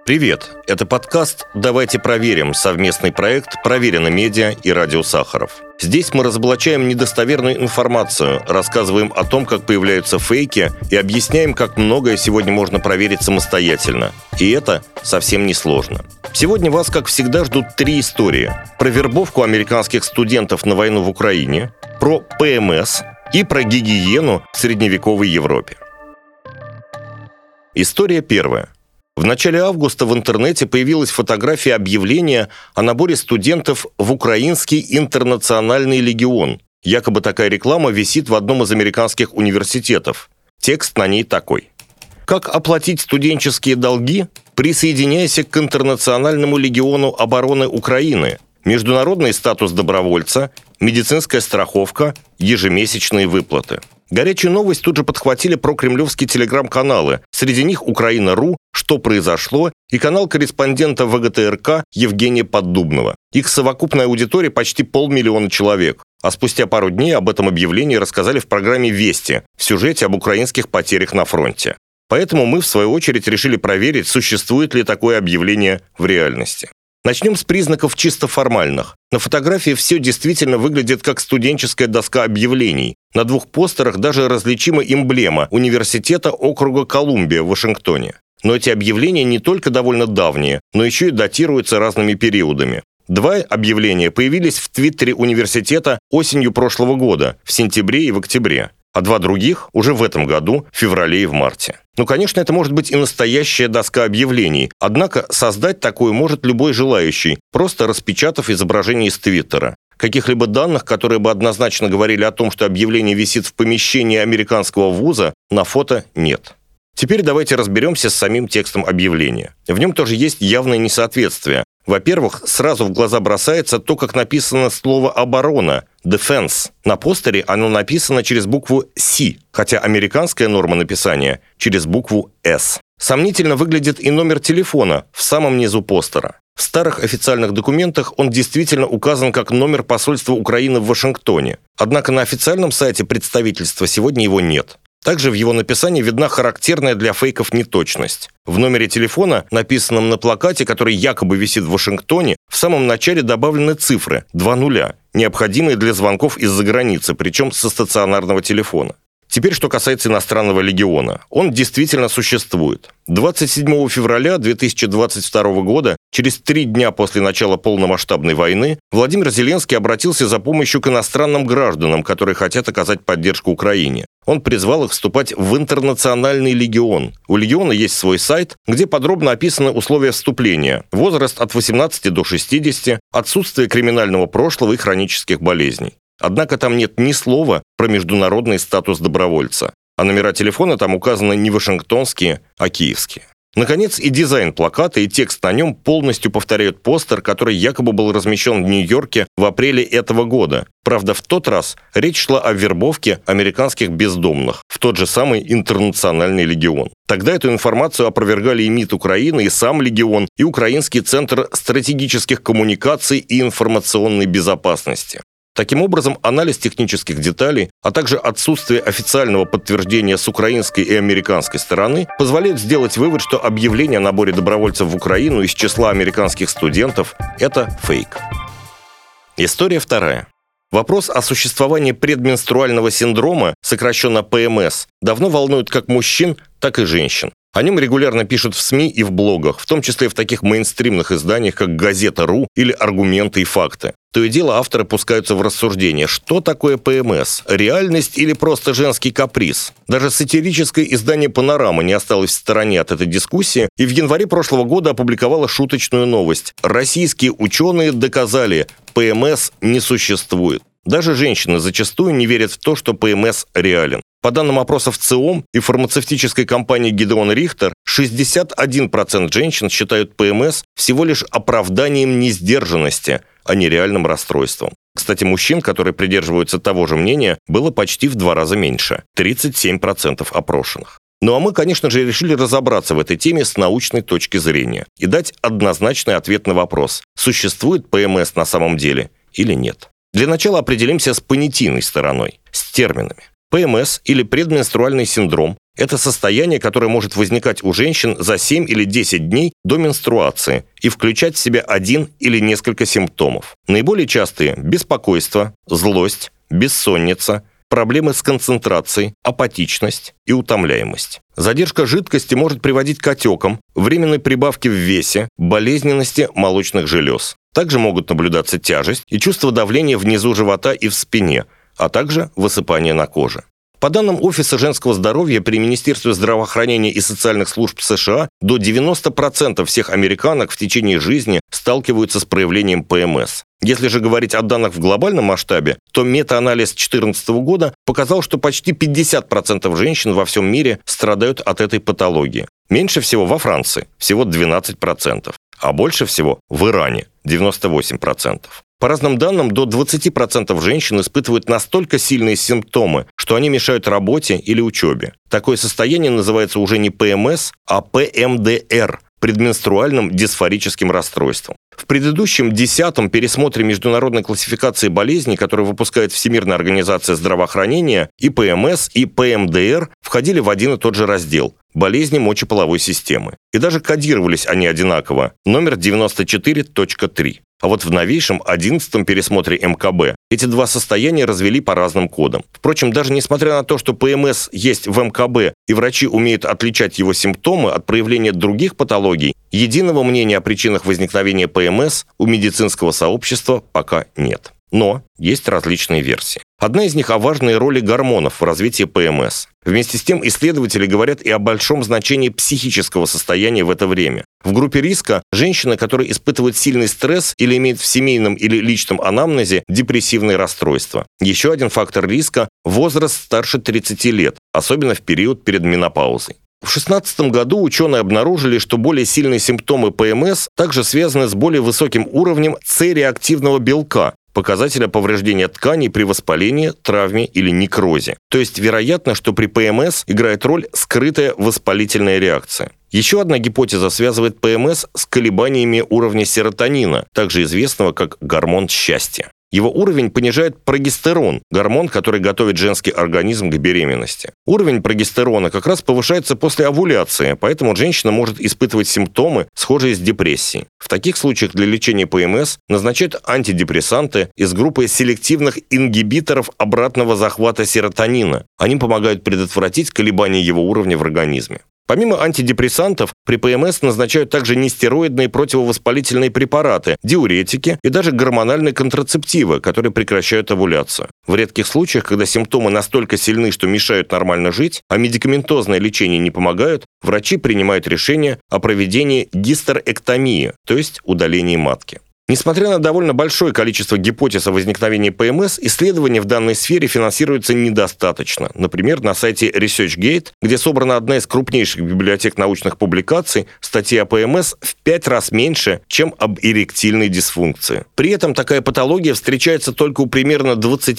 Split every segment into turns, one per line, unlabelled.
Привет! Это подкаст «Давайте проверим» — совместный проект «Проверено медиа» и «Радио Сахаров». Здесь мы разоблачаем недостоверную информацию, рассказываем о том, как появляются фейки, и объясняем, как многое сегодня можно проверить самостоятельно. И это совсем не сложно. Сегодня вас, как всегда, ждут 3 истории. Про вербовку американских студентов на войну в Украине, про ПМС и про гигиену в средневековой Европе. История первая. В начале августа в интернете появилась фотография объявления о наборе студентов в Украинский интернациональный легион. Якобы такая реклама висит в одном из американских университетов. Текст на ней такой. Как оплатить студенческие долги? Присоединяйся к Интернациональному легиону обороны Украины. Международный статус добровольца, медицинская страховка, ежемесячные выплаты. Горячую новость тут же подхватили прокремлевские телеграм-каналы. Среди них «Украина.ру», «Что произошло» и канал корреспондента ВГТРК Евгения Поддубного. Их совокупная аудитория почти 500 000 человек. А спустя пару дней об этом объявлении рассказали в программе «Вести» в сюжете об украинских потерях на фронте. Поэтому мы, в свою очередь, решили проверить, существует ли такое объявление в реальности. Начнем с признаков чисто формальных. На фотографии все действительно выглядит как студенческая доска объявлений. На 2 постерах даже различима эмблема Университета округа Колумбия в Вашингтоне. Но эти объявления не только довольно давние, но еще и датируются разными периодами. 2 объявления появились в твиттере университета осенью прошлого года, в сентябре и в октябре. А 2 других уже в этом году, в феврале и в марте. Ну, конечно, это может быть и настоящая доска объявлений. Однако создать такую может любой желающий, просто распечатав изображение из твиттера. Каких-либо данных, которые бы однозначно говорили о том, что объявление висит в помещении американского вуза, на фото нет. Теперь давайте разберемся с самим текстом объявления. В нем тоже есть явное несоответствие. Во-первых, сразу в глаза бросается то, как написано слово «оборона» – «defense». На постере оно написано через букву «С», хотя американская норма написания – через букву «С». Сомнительно выглядит и номер телефона в самом низу постера. В старых официальных документах он действительно указан как номер посольства Украины в Вашингтоне. Однако на официальном сайте представительства сегодня его нет. Также в его написании видна характерная для фейков неточность. В номере телефона, написанном на плакате, который якобы висит в Вашингтоне, в самом начале добавлены цифры – 2 нуля, необходимые для звонков из-за границы, причем со стационарного телефона. Теперь, что касается иностранного легиона. Он действительно существует. 27 февраля 2022 года, через 3 дня после начала полномасштабной войны, Владимир Зеленский обратился за помощью к иностранным гражданам, которые хотят оказать поддержку Украине. Он призвал их вступать в Интернациональный легион. У легиона есть свой сайт, где подробно описаны условия вступления. Возраст от 18 до 60, отсутствие криминального прошлого и хронических болезней. Однако там нет ни слова про международный статус добровольца. А номера телефона там указаны не вашингтонские, а киевские. Наконец, и дизайн плаката, и текст на нем полностью повторяют постер, который якобы был размещен в Нью-Йорке в апреле этого года. Правда, в тот раз речь шла о вербовке американских бездомных в тот же самый Интернациональный легион. Тогда эту информацию опровергали и МИД Украины, и сам легион, и Украинский центр стратегических коммуникаций и информационной безопасности. Таким образом, анализ технических деталей, а также отсутствие официального подтверждения с украинской и американской стороны позволяют сделать вывод, что объявление о наборе добровольцев в Украину из числа американских студентов – это фейк. История вторая. Вопрос о существовании предменструального синдрома, сокращенно ПМС, давно волнует как мужчин, так и женщин. О нем регулярно пишут в СМИ и в блогах, в том числе в таких мейнстримных изданиях, как «Газета.ру» или «Аргументы и факты». То и дело авторы пускаются в рассуждение, что такое ПМС, реальность или просто женский каприз. Даже сатирическое издание «Панорама» не осталось в стороне от этой дискуссии и в январе прошлого года опубликовало шуточную новость. Российские ученые доказали, ПМС не существует. Даже женщины зачастую не верят в то, что ПМС реален. По данным опросов ЦИОМ и фармацевтической компании Gedeon Richter, 61% женщин считают ПМС всего лишь оправданием несдержанности, а не реальным расстройством. Кстати, мужчин, которые придерживаются того же мнения, было почти в 2 раза меньше – 37% опрошенных. Ну а мы, конечно же, решили разобраться в этой теме с научной точки зрения и дать однозначный ответ на вопрос, существует ПМС на самом деле или нет. Для начала определимся с понятийной стороной, с терминами. ПМС или предменструальный синдром – это состояние, которое может возникать у женщин за 7 или 10 дней до менструации и включать в себя один или несколько симптомов. Наиболее частые – беспокойство, злость, бессонница, проблемы с концентрацией, апатичность и утомляемость. Задержка жидкости может приводить к отекам, временной прибавке в весе, болезненности молочных желез. Также могут наблюдаться тяжесть и чувство давления внизу живота и в спине, а также высыпание на коже. По данным Офиса женского здоровья при Министерстве здравоохранения и социальных служб США, до 90% всех американок в течение жизни сталкиваются с проявлением ПМС. Если же говорить о данных в глобальном масштабе, то метаанализ 2014 года показал, что почти 50% женщин во всем мире страдают от этой патологии. Меньше всего во Франции, всего 12%, а больше всего в Иране, 98%. По разным данным, до 20% женщин испытывают настолько сильные симптомы, что они мешают работе или учебе. Такое состояние называется уже не ПМС, а ПМДР – предменструальным дисфорическим расстройством. В предыдущем 10-м пересмотре международной классификации болезней, которую выпускает Всемирная организация здравоохранения, и ПМС, и ПМДР входили в один и тот же раздел – болезни мочеполовой системы. И даже кодировались они одинаково – номер 94.3. А вот в новейшем 11-м пересмотре МКБ эти два состояния развели по разным кодам. Впрочем, даже несмотря на то, что ПМС есть в МКБ и врачи умеют отличать его симптомы от проявления других патологий, единого мнения о причинах возникновения ПМС у медицинского сообщества пока нет. Но есть различные версии. Одна из них о важной роли гормонов в развитии ПМС. Вместе с тем исследователи говорят и о большом значении психического состояния в это время. В группе риска женщины, которые испытывают сильный стресс или имеют в семейном или личном анамнезе депрессивные расстройства. Еще один фактор риска – возраст старше 30 лет, особенно в период перед менопаузой. В 2016 году ученые обнаружили, что более сильные симптомы ПМС также связаны с более высоким уровнем С-реактивного белка, показателя повреждения тканей при воспалении, травме или некрозе. То есть вероятно, что при ПМС играет роль скрытая воспалительная реакция. Еще одна гипотеза связывает ПМС с колебаниями уровня серотонина, также известного как гормон счастья. Его уровень понижает прогестерон, гормон, который готовит женский организм к беременности. Уровень прогестерона как раз повышается после овуляции, поэтому женщина может испытывать симптомы, схожие с депрессией. В таких случаях для лечения ПМС назначают антидепрессанты из группы селективных ингибиторов обратного захвата серотонина. Они помогают предотвратить колебания его уровня в организме. Помимо антидепрессантов, при ПМС назначают также нестероидные противовоспалительные препараты, диуретики и даже гормональные контрацептивы, которые прекращают овуляцию. В редких случаях, когда симптомы настолько сильны, что мешают нормально жить, а медикаментозное лечение не помогает, врачи принимают решение о проведении гистерэктомии, то есть удалении матки. Несмотря на довольно большое количество гипотез о возникновении ПМС, исследования в данной сфере финансируются недостаточно. Например, на сайте ResearchGate, где собрана одна из крупнейших библиотек научных публикаций, статьи о ПМС в 5 раз меньше, чем об эректильной дисфункции. При этом такая патология встречается только у примерно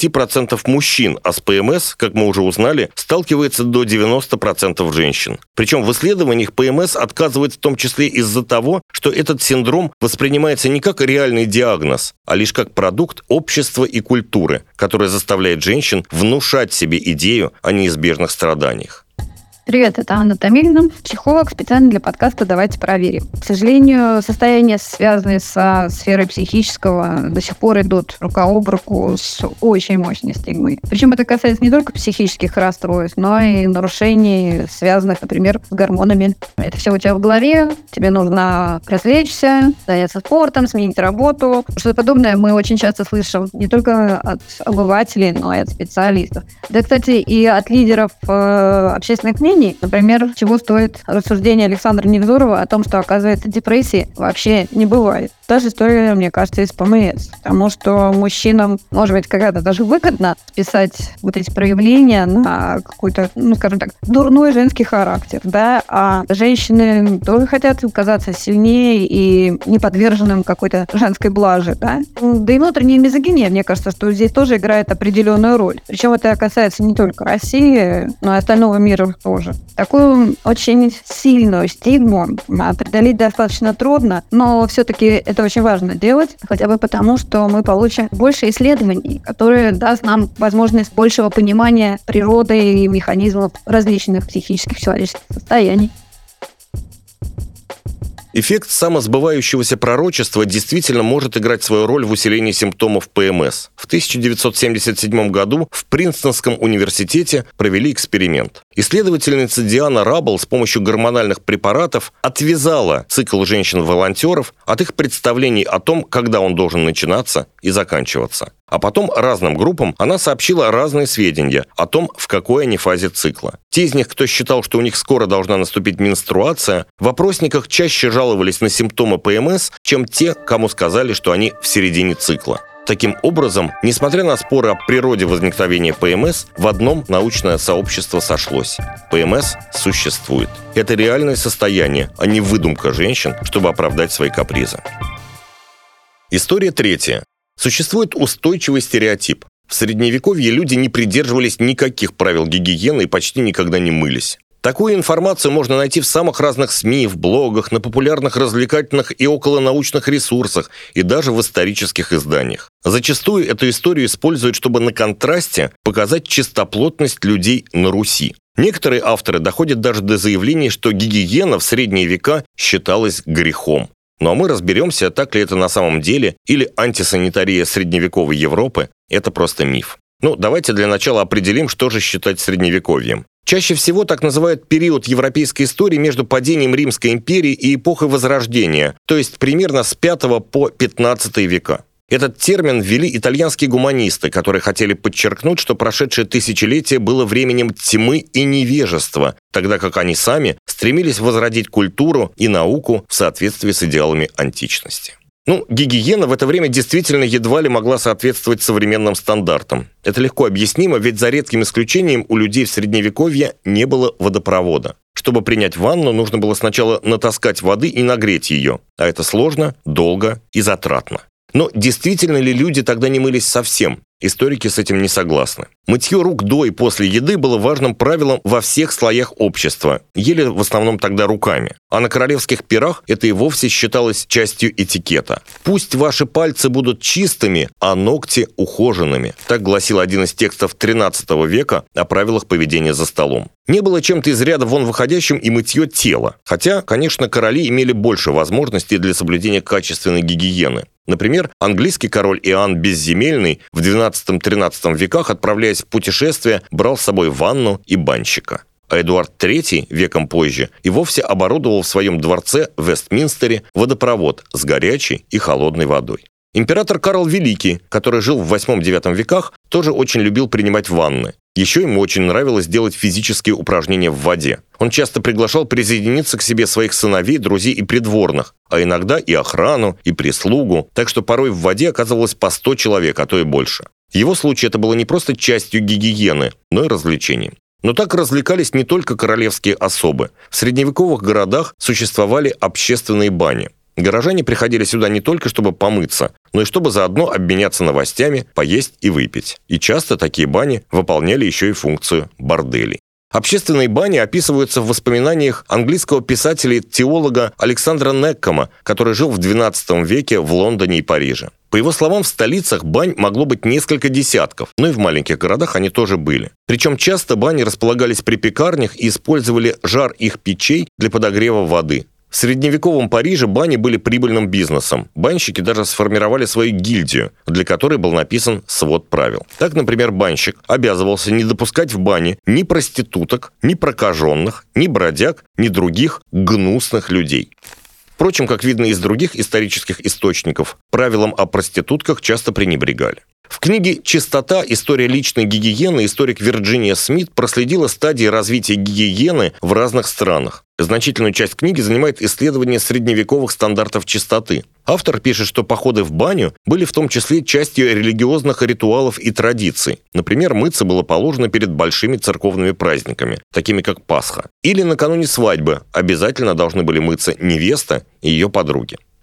20% мужчин, а с ПМС, как мы уже узнали, сталкивается до 90% женщин. Причем в исследованиях ПМС отказывают в том числе из-за того, что этот синдром воспринимается не как реальный диагноз, а лишь как продукт общества и культуры, которая заставляет женщин внушать себе идею о неизбежных страданиях.
Привет, это Анна Томилина, психолог, специально для подкаста «Давайте проверим». К сожалению, состояния, связанные со сферой психического, до сих пор идут рука об руку с очень мощной стигмой. Причем это касается не только психических расстройств, но и нарушений, связанных, например, с гормонами. Это все у тебя в голове, тебе нужно развлечься, заняться спортом, сменить работу. Что-то подобное мы очень часто слышим не только от обывателей, но и от специалистов. Да, кстати, и от лидеров общественных мнений. Например, чего стоит рассуждение Александра Невзорова о том, что, оказывается, депрессии вообще не бывает. Та же история, мне кажется, из ПМС. Потому что мужчинам, может быть, когда-то даже выгодно списать вот эти проявления на какой-то, скажем так, дурной женский характер, да, а женщины тоже хотят казаться сильнее и не подверженным какой-то женской блаже, да. Да и внутренняя мизогиния, мне кажется, что здесь тоже играет определенную роль. Причем это касается не только России, но и остального мира тоже. тоже. Такую очень сильную стигму преодолеть достаточно трудно, но все-таки это очень важно делать, хотя бы потому, что мы получим больше исследований, которые даст нам возможность большего понимания природы и механизмов различных психических человеческих состояний.
Эффект самосбывающегося пророчества действительно может играть свою роль в усилении симптомов ПМС. В 1977 году в Принстонском университете провели эксперимент. Исследовательница Диана Раббл с помощью гормональных препаратов отвязала цикл женщин-волонтеров от их представлений о том, когда он должен начинаться и заканчиваться. А потом разным группам она сообщила разные сведения о том, в какой они фазе цикла. Те из них, кто считал, что у них скоро должна наступить менструация, в опросниках чаще жаловались на симптомы ПМС, чем те, кому сказали, что они в середине цикла. Таким образом, несмотря на споры о природе возникновения ПМС, в одном научное сообщество сошлось. ПМС существует. Это реальное состояние, а не выдумка женщин, чтобы оправдать свои капризы. История третья. Существует устойчивый стереотип. В Средневековье люди не придерживались никаких правил гигиены и почти никогда не мылись. Такую информацию можно найти в самых разных СМИ, в блогах, на популярных развлекательных и околонаучных ресурсах и даже в исторических изданиях. Зачастую эту историю используют, чтобы на контрасте показать чистоплотность людей на Руси. Некоторые авторы доходят даже до заявления, что гигиена в средние века считалась грехом. Ну а мы разберемся, так ли это на самом деле, или антисанитария средневековой Европы – это просто миф. Давайте для начала определим, что же считать средневековьем. Чаще всего так называют период европейской истории между падением Римской империи и эпохой Возрождения, то есть примерно с 5 по 15 века. Этот термин ввели итальянские гуманисты, которые хотели подчеркнуть, что прошедшее тысячелетие было временем тьмы и невежества, тогда как они сами стремились возродить культуру и науку в соответствии с идеалами античности. Гигиена в это время действительно едва ли могла соответствовать современным стандартам. Это легко объяснимо, ведь за редким исключением у людей в Средневековье не было водопровода. Чтобы принять ванну, нужно было сначала натаскать воды и нагреть ее, а это сложно, долго и затратно. Но действительно ли люди тогда не мылись совсем? Историки с этим не согласны. Мытье рук до и после еды было важным правилом во всех слоях общества. Ели в основном тогда руками. А на королевских пирах это и вовсе считалось частью этикета. «Пусть ваши пальцы будут чистыми, а ногти ухоженными». Так гласил один из текстов XIII века о правилах поведения за столом. Не было чем-то из ряда вон выходящим и мытье тела. Хотя, конечно, короли имели больше возможностей для соблюдения качественной гигиены. Например, английский король Иоанн Безземельный в XII-XIII веках, отправляясь в путешествие, брал с собой ванну и банщика. А Эдуард III веком позже и вовсе оборудовал в своем дворце в Вестминстере водопровод с горячей и холодной водой. Император Карл Великий, который жил в VIII-IX веках, тоже очень любил принимать ванны. Еще ему очень нравилось делать физические упражнения в воде. Он часто приглашал присоединиться к себе своих сыновей, друзей и придворных, а иногда и охрану, и прислугу, так что порой в воде оказывалось по 100 человек, а то и больше. В его случае это было не просто частью гигиены, но и развлечением. Но так развлекались не только королевские особы. В средневековых городах существовали общественные бани. Горожане приходили сюда не только чтобы помыться, но и чтобы заодно обменяться новостями, поесть и выпить. И часто такие бани выполняли еще и функцию борделей. Общественные бани описываются в воспоминаниях английского писателя и теолога Александра Неккома, который жил в XII веке в Лондоне и Париже. По его словам, в столицах бань могло быть несколько десятков, но и в маленьких городах они тоже были. Причем часто бани располагались при пекарнях и использовали жар их печей для подогрева воды. В средневековом Париже бани были прибыльным бизнесом. Банщики даже сформировали свою гильдию, для которой был написан свод правил. Так, например, банщик обязывался не допускать в бане ни проституток, ни прокаженных, ни бродяг, ни других гнусных людей. Впрочем, как видно из других исторических источников, правилам о проститутках часто пренебрегали. В книге «Чистота. История личной гигиены» историк Вирджиния Смит проследила стадии развития гигиены в разных странах. Значительную часть книги занимает исследование средневековых стандартов чистоты. Автор пишет, что походы в баню были в том числе частью религиозных ритуалов и традиций. Например, мыться было положено перед большими церковными праздниками, такими как Пасха. Или накануне свадьбы обязательно должны были мыться невеста и ее подруги.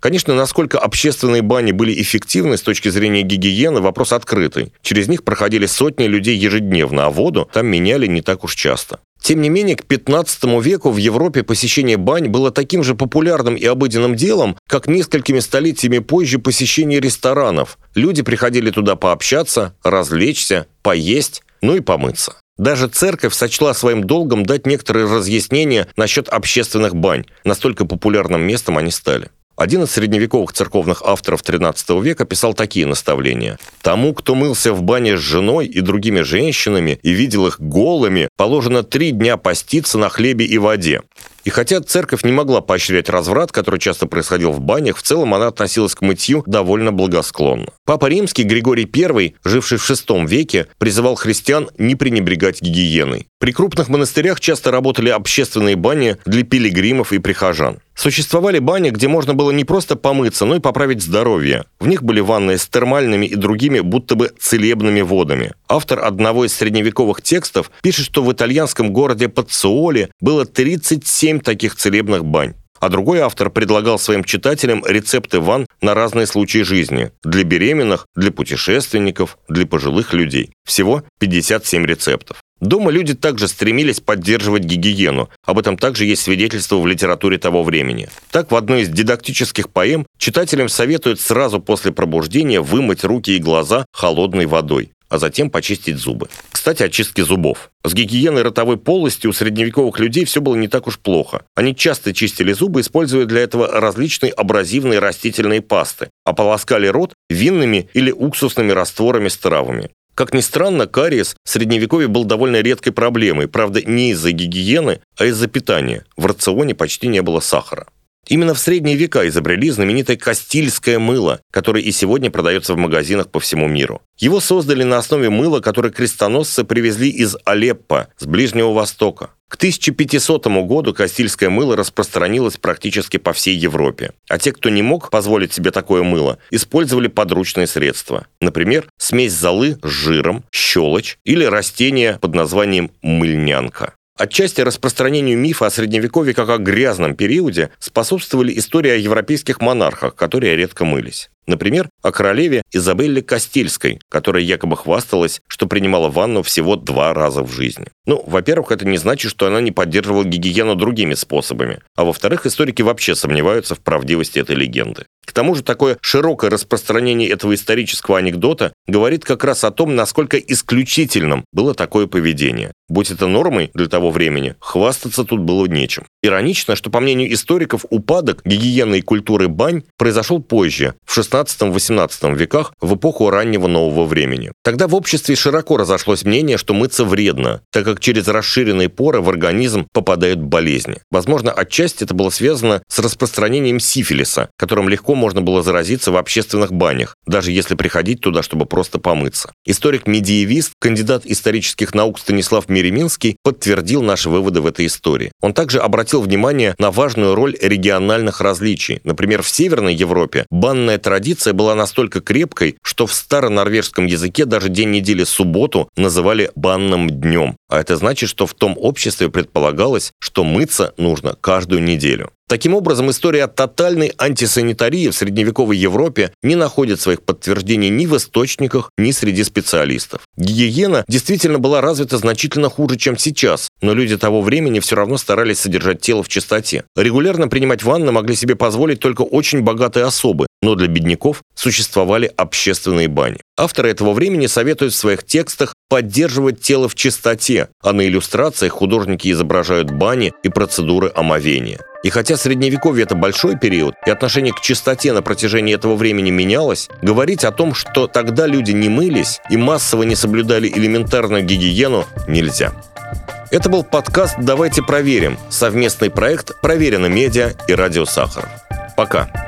Конечно, насколько общественные бани были эффективны с точки зрения гигиены, вопрос открытый. Через них проходили сотни людей ежедневно, а воду там меняли не так уж часто. Тем не менее, к 15 веку в Европе посещение бань было таким же популярным и обыденным делом, как несколькими столетиями позже посещение ресторанов. Люди приходили туда пообщаться, развлечься, поесть, ну и помыться. Даже церковь сочла своим долгом дать некоторые разъяснения насчет общественных бань. Настолько популярным местом они стали. Один из средневековых церковных авторов XIII века писал такие наставления. «Тому, кто мылся в бане с женой и другими женщинами и видел их голыми, положено 3 дня поститься на хлебе и воде». И хотя церковь не могла поощрять разврат, который часто происходил в банях, в целом она относилась к мытью довольно благосклонно. Папа Римский Григорий I, живший в VI веке, призывал христиан не пренебрегать гигиеной. При крупных монастырях часто работали общественные бани для пилигримов и прихожан. Существовали бани, где можно было не просто помыться, но и поправить здоровье. В них были ванны с термальными и другими будто бы целебными водами. Автор одного из средневековых текстов пишет, что в итальянском городе Паццуоле было 37 таких целебных бань. А другой автор предлагал своим читателям рецепты ванн на разные случаи жизни. Для беременных, для путешественников, для пожилых людей. Всего 57 рецептов. Дома люди также стремились поддерживать гигиену. Об этом также есть свидетельство в литературе того времени. Так, в одной из дидактических поэм читателям советуют сразу после пробуждения вымыть руки и глаза холодной водой, а затем почистить зубы. Кстати, о чистке зубов. С гигиеной ротовой полости у средневековых людей все было не так уж плохо. Они часто чистили зубы, используя для этого различные абразивные растительные пасты, а полоскали рот винными или уксусными растворами с травами. Как ни странно, кариес в Средневековье был довольно редкой проблемой, правда, не из-за гигиены, а из-за питания. В рационе почти не было сахара. Именно в средние века изобрели знаменитое кастильское мыло, которое и сегодня продается в магазинах по всему миру. Его создали на основе мыла, которое крестоносцы привезли из Алеппо, с Ближнего Востока. К 1500 году кастильское мыло распространилось практически по всей Европе. А те, кто не мог позволить себе такое мыло, использовали подручные средства. Например, смесь золы с жиром, щелочь или растение под названием мыльнянка. Отчасти распространению мифа о Средневековье как о грязном периоде способствовали истории о европейских монархах, которые редко мылись. Например, о королеве Изабелле Кастильской, которая якобы хвасталась, что принимала ванну всего 2 раза в жизни. Во-первых, это не значит, что она не поддерживала гигиену другими способами. А во-вторых, историки вообще сомневаются в правдивости этой легенды. К тому же, такое широкое распространение этого исторического анекдота говорит как раз о том, насколько исключительным было такое поведение. Будь это нормой для того времени, хвастаться тут было нечем. Иронично, что, по мнению историков, упадок гигиены и культуры бань произошел позже, в XVI-XVIII веках, в эпоху раннего нового времени. Тогда в обществе широко разошлось мнение, что мыться вредно, так как через расширенные поры в организм попадают болезни. Возможно, отчасти это было связано с распространением сифилиса, которым легко можно было заразиться в общественных банях, даже если приходить туда, чтобы просто помыться. Историк-медиевист, кандидат исторических наук Станислав Мереминский подтвердил наши выводы в этой истории. Он также обратил внимание на важную роль региональных различий. Например, в Северной Европе банная традиция была настолько крепкой, что в старонорвежском языке даже день недели субботу называли банным днем. А это значит, что в том обществе предполагалось, что мыться нужно каждую неделю. Таким образом, история тотальной антисанитарии в средневековой Европе не находит своих подтверждений ни в источниках, ни среди специалистов. Гигиена действительно была развита значительно хуже, чем сейчас, но люди того времени все равно старались содержать тело в чистоте. Регулярно принимать ванны могли себе позволить только очень богатые особы, но для бедняков существовали общественные бани. Авторы этого времени советуют в своих текстах поддерживать тело в чистоте, а на иллюстрациях художники изображают бани и процедуры омовения. И хотя Средневековье – это большой период, и отношение к чистоте на протяжении этого времени менялось, говорить о том, что тогда люди не мылись и массово не соблюдали элементарную гигиену, нельзя. Это был подкаст «Давайте проверим», совместный проект «Проверено медиа» и «Радио Сахаров». Пока.